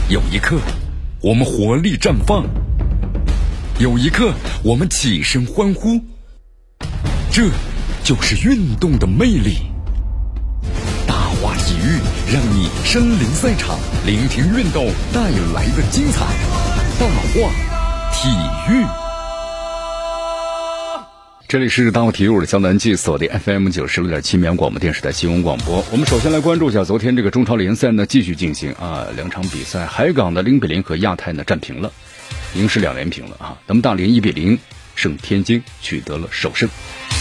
有一刻我们活力绽放，有一刻我们起身欢呼，这就是运动的魅力。大话体育让你身临赛场，聆听运动带来的精彩。大话体育，这里是大话体育，我是江南记，锁定 FM96.7 绵阳广播电视台新闻广播。我们首先来关注一下昨天这个中超联赛呢继续进行两场比赛，海港的0-0和亚泰呢战平了，赢是2连平了啊。那么大连1-0胜天津，取得了首胜。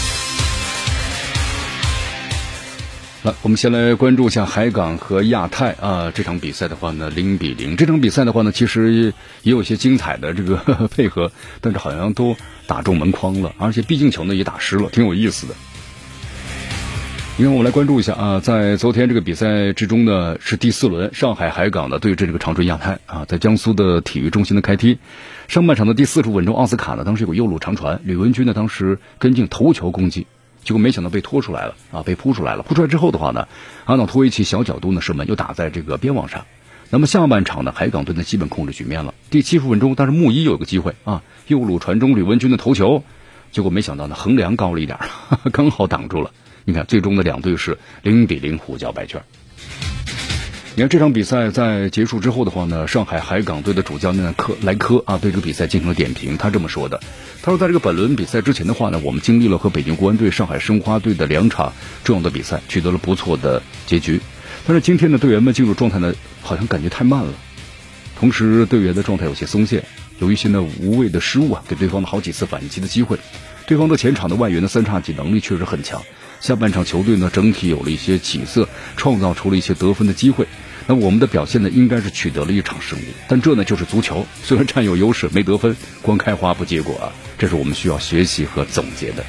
来，我们先来关注一下海港和亚泰这场比赛的话呢0-0，这场比赛的话呢其实也有一些精彩的这个配合，但是好像都打中门框了，而且必进球呢也打失了，挺有意思的。你看，我们来关注一下在昨天这个比赛之中呢，是第4轮，上海海港的对阵这个长春亚泰在江苏的体育中心的开踢。上半场的第45分钟，奥斯卡呢当时有个右路长传，吕文君呢当时跟进头球攻击，结果没想到被拖出来了被扑出来了。扑出来之后的话呢，阿瑙托维奇小角度呢射门又打在这个边网上。那么下半场呢，海港队呢基本控制局面了。第70分钟，但是穆伊有个机会右路传中吕文君的头球，结果没想到呢横梁高了一点刚好挡住了。你看最终的两队是0-0互交白卷。你看这场比赛在结束之后的话呢，上海海港队的主教练莱科对这个比赛进行了点评。他这么说的，他说在这个本轮比赛之前的话呢，我们经历了和北京国安队、上海申花队的2场重要的比赛，取得了不错的结局。但是今天的队员们进入状态呢，好像感觉太慢了，同时队员的状态有些松懈，有一些呢无谓的失误给对方的好几次反击的机会。对方的前场的外援的3叉戟能力确实很强，下半场球队呢整体有了一些起色，创造出了一些得分的机会。那我们的表现呢应该是取得了一场胜利，但这呢就是足球，虽然占有优势没得分，光开花不结果这是我们需要学习和总结的。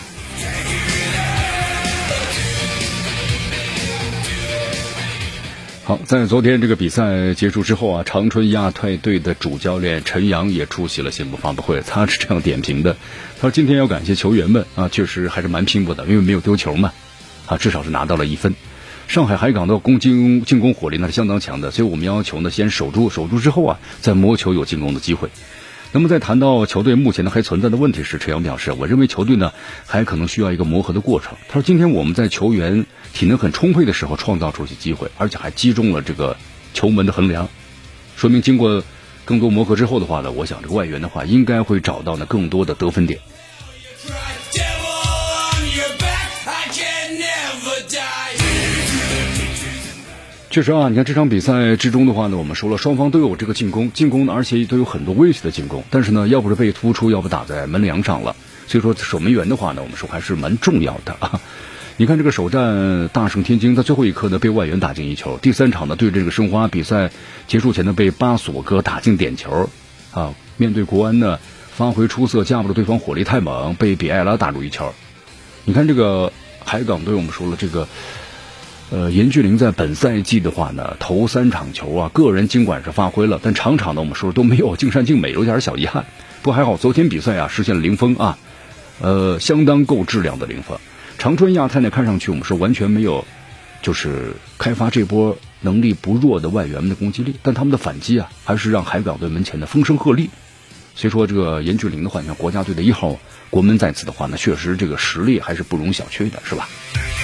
好，在昨天这个比赛结束之后长春亚泰队的主教练陈阳也出席了新闻发布会，他是这样点评的，他说今天要感谢球员们确实还是蛮拼搏的，因为没有丢球嘛至少是拿到了1分。上海海港的进攻火力呢是相当强的，所以我们要求呢先守住之后再谋求有进攻的机会。那么在谈到球队目前呢还存在的问题时，陈阳表示，我认为球队呢还可能需要一个磨合的过程。他说今天我们在球员体能很充沛的时候创造出一些机会，而且还击中了这个球门的横梁，说明经过更多磨合之后的话呢，我想这个外援的话应该会找到呢更多的得分点。确实你看这场比赛之中的话呢，我们说了双方都有这个进攻呢，而且都有很多威胁的进攻，但是呢要不是被突出，要不打在门梁上了，所以说守门员的话呢，我们说还是蛮重要的你看这个首战大胜天津，在最后一刻呢被外援打进1球。第3场呢对这个申花，比赛结束前呢被巴索戈打进点球面对国安呢发挥出色，架不住对方火力太猛，被比埃拉打入1球。你看这个海港队，我们说了这个严俊凌在本赛季的话呢，头3场球个人尽管是发挥了，但场呢我们说都没有尽善尽美，有点小遗憾。不过还好，昨天比赛实现了0封相当够质量的0封。长春亚泰呢看上去我们说完全没有就是开发这波能力不弱的外援们的攻击力，但他们的反击还是让海港队门前的风声鹤唳。所以说这个严俊凌的话，你看国家队的1号国门在此的话呢，确实这个实力还是不容小觑的，是吧？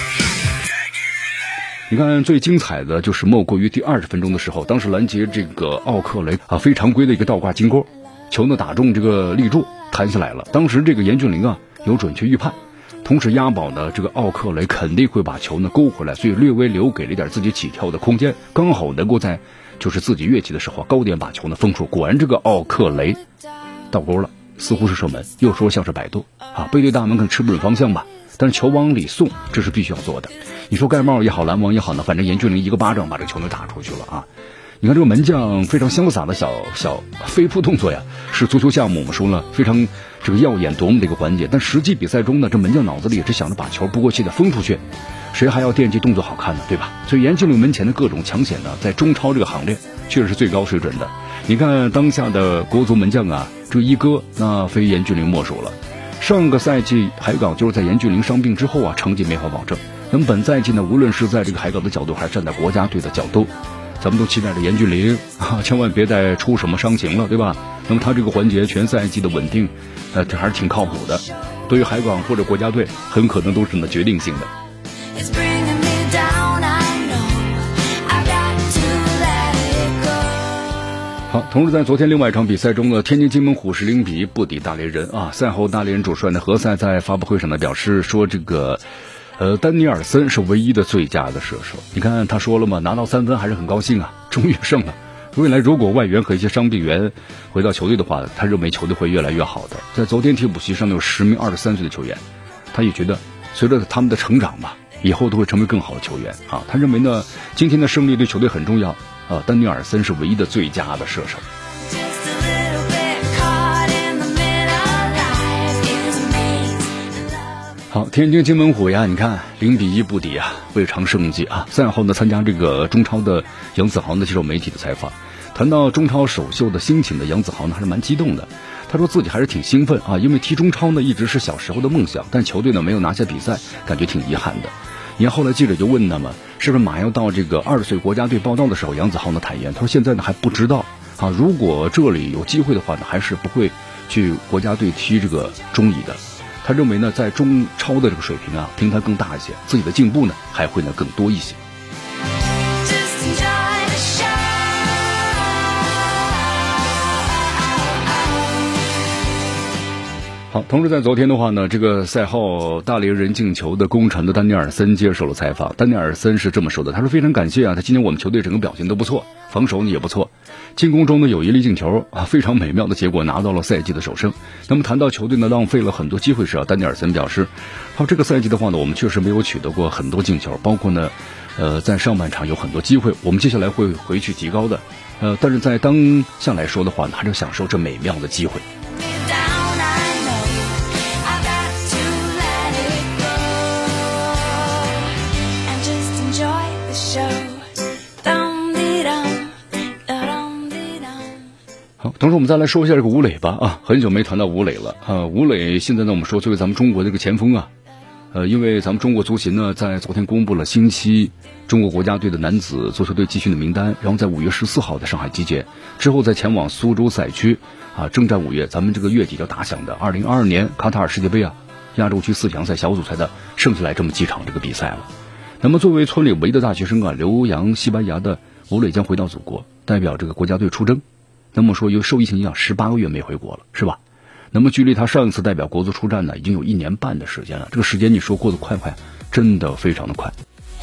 你看最精彩的就是莫过于第20分钟的时候，当时拦截这个奥克雷非常规的一个倒挂金钩，球呢打中这个立柱弹下来了。当时这个严俊凌有准确预判，同时押宝呢这个奥克雷肯定会把球呢勾回来，所以略微留给了一点自己起跳的空间，刚好能够在就是自己跃起的时候高点把球呢封住。果然这个奥克雷倒钩了，似乎是射门，又说像是摆渡背对大门可能吃不准方向吧，但是球往里送这是必须要做的。你说盖帽也好，拦网也好呢，反正严俊凌一个巴掌把这个球呢打出去了你看这个门将非常潇洒的小飞扑动作是足球项目我们说了非常这个耀眼夺目的一个环节，但实际比赛中呢，这门将脑子里也是想着把球不过气的封出去，谁还要惦记动作好看呢，对吧？所以严俊凌门前的各种抢险呢，在中超这个行列确实是最高水准的。你看当下的国足门将这一哥那非严俊凌莫属了。上个赛季海港就是在严俊凌伤病之后成绩没法保证。那么本赛季呢，无论是在这个海港的角度，还是站在国家队的角度， 咱们都期待着严俊凌千万别再出什么伤情了，对吧？那么他这个环节全赛季的稳定，这还是挺靠谱的。对于海港或者国家队，很可能都是决定性的。好，同时在昨天另外一场比赛中呢，天津津门虎是0比1不敌大连人啊。赛后大连人主帅何塞在发布会上表示说，这个丹尼尔森是唯一的最佳的射手。你看他说了嘛，拿到3分还是很高兴啊，终于胜了。未来如果外援和一些伤病员回到球队的话，他认为球队会越来越好的。在昨天替补席上有10名23岁的球员，他也觉得随着他们的成长吧，以后都会成为更好的球员啊。他认为呢，今天的胜利对球队很重要。丹尼尔森是唯一的最佳的射手。好，天津津门虎呀，你看0比1不敌啊，未尝胜绩啊。赛后呢，参加这个中超的杨子豪呢接受媒体的采访，谈到中超首秀的心情的杨子豪呢还是蛮激动的。他说自己还是挺兴奋啊，因为踢中超呢一直是小时候的梦想，但球队呢没有拿下比赛，感觉挺遗憾的。你看后来记者就问他们是不是马上要到这个20岁国家队报到的时候，杨子豪呢坦言，他说现在呢还不知道啊，如果这里有机会的话呢，还是不会去国家队踢这个中乙的。他认为呢，在中超的这个水平啊，平台更大一些，自己的进步呢还会更多一些。好，同时在昨天的话呢，这个赛后大连人进球的功臣的丹尼尔森接受了采访。丹尼尔森是这么说的，他说非常感谢啊，他今天我们球队整个表现都不错，防守呢也不错，进攻中呢有一粒进球啊，非常美妙的结果拿到了赛季的首胜。那么谈到球队呢浪费了很多机会时，丹尼尔森表示，他说这个赛季的话呢，我们确实没有取得过很多进球，包括呢在上半场有很多机会，我们接下来会回去提高的。但是在当下来说的话呢，还是享受这美妙的机会。好，同时我们再来说一下这个吴磊吧啊，很久没谈到吴磊了啊。吴磊现在呢，我们说作为咱们中国的这个前锋啊，因为咱们中国足协呢在昨天公布了新期中国国家队的男子足球队集训的名单，然后在5月14号在上海集结，之后再前往苏州赛区啊，征战5月咱们这个月底要打响的2022年卡塔尔世界杯啊亚洲区4强赛小组赛的剩下来这么几场这个比赛了。那么作为村里唯一的大学生啊，留洋西班牙的吴磊将回到祖国，代表这个国家队出征。那么说由受疫情影响18个月没回国了，是吧？那么距离他上一次代表国足出战呢，已经有1年半的时间了。这个时间你说过得快不快？真的非常的快。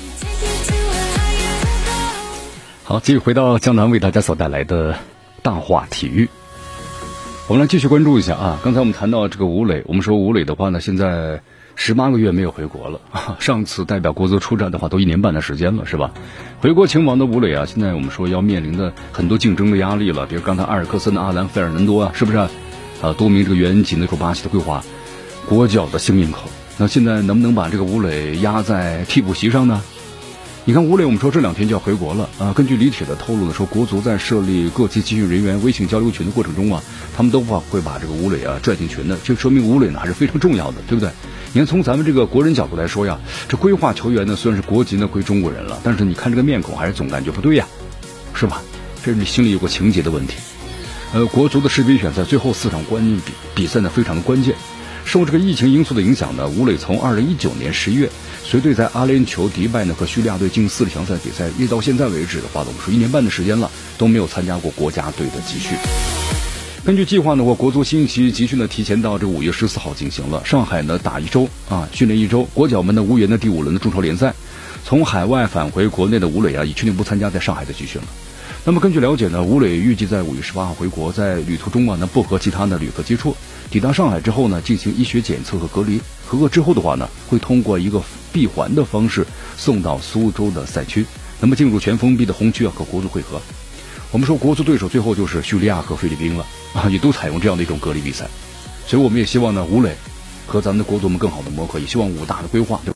好，继续回到江南为大家所带来的大话体育，我们来继续关注一下啊。刚才我们谈到这个吴磊，我们说吴磊的话呢，现在18个月没有回国了啊，上次代表国足出战的话都1年半的时间了，是吧？回国勤王的吴磊啊，现在我们说要面临的很多竞争的压力了，比如刚才阿尔克森的阿兰·费尔南多啊，是不是多名这个援籍的巴西的规划国脚的新面孔，那现在能不能把这个吴磊压在替补席上呢？你看吴磊，我们说这2天就要回国了啊。根据李铁的透露的说，国足在设立各级集训人员微信交流群的过程中啊，他们都会把这个吴磊啊拽进群的，就说明吴磊呢还是非常重要的，对不对？你看从咱们这个国人角度来说呀，这规划球员呢虽然是国籍呢归中国人了，但是你看这个面孔还是总感觉不对呀，是吧？这是你心里有个情节的问题。国足的世杯选赛最后4场关键比赛呢非常的关键。受这个疫情因素的影响呢，吴磊从2019年10月随队在阿联酋迪拜呢和叙利亚队进4强赛比赛，一直到现在为止的话，我们说1年半的时间了，都没有参加过国家队的集训。根据计划呢，国足新一期集训呢提前到这5月14号进行了，上海呢打1周啊，训练1周，国脚们呢无缘的第5轮的中超联赛。从海外返回国内的吴磊啊，已确定不参加在上海的集训了。那么根据了解呢，吴磊预计在5月18号回国，在旅途中啊不和其他的旅客接触，抵达上海之后呢进行医学检测和隔离，合格之后的话呢，会通过一个闭环的方式送到苏州的赛区，那么进入全封闭的红区啊和国足会合。我们说国足对手最后就是叙利亚和菲律宾了啊，也都采用这样的一种隔离比赛，所以我们也希望呢吴磊和咱们的国足们更好的磨合，也希望5大的规划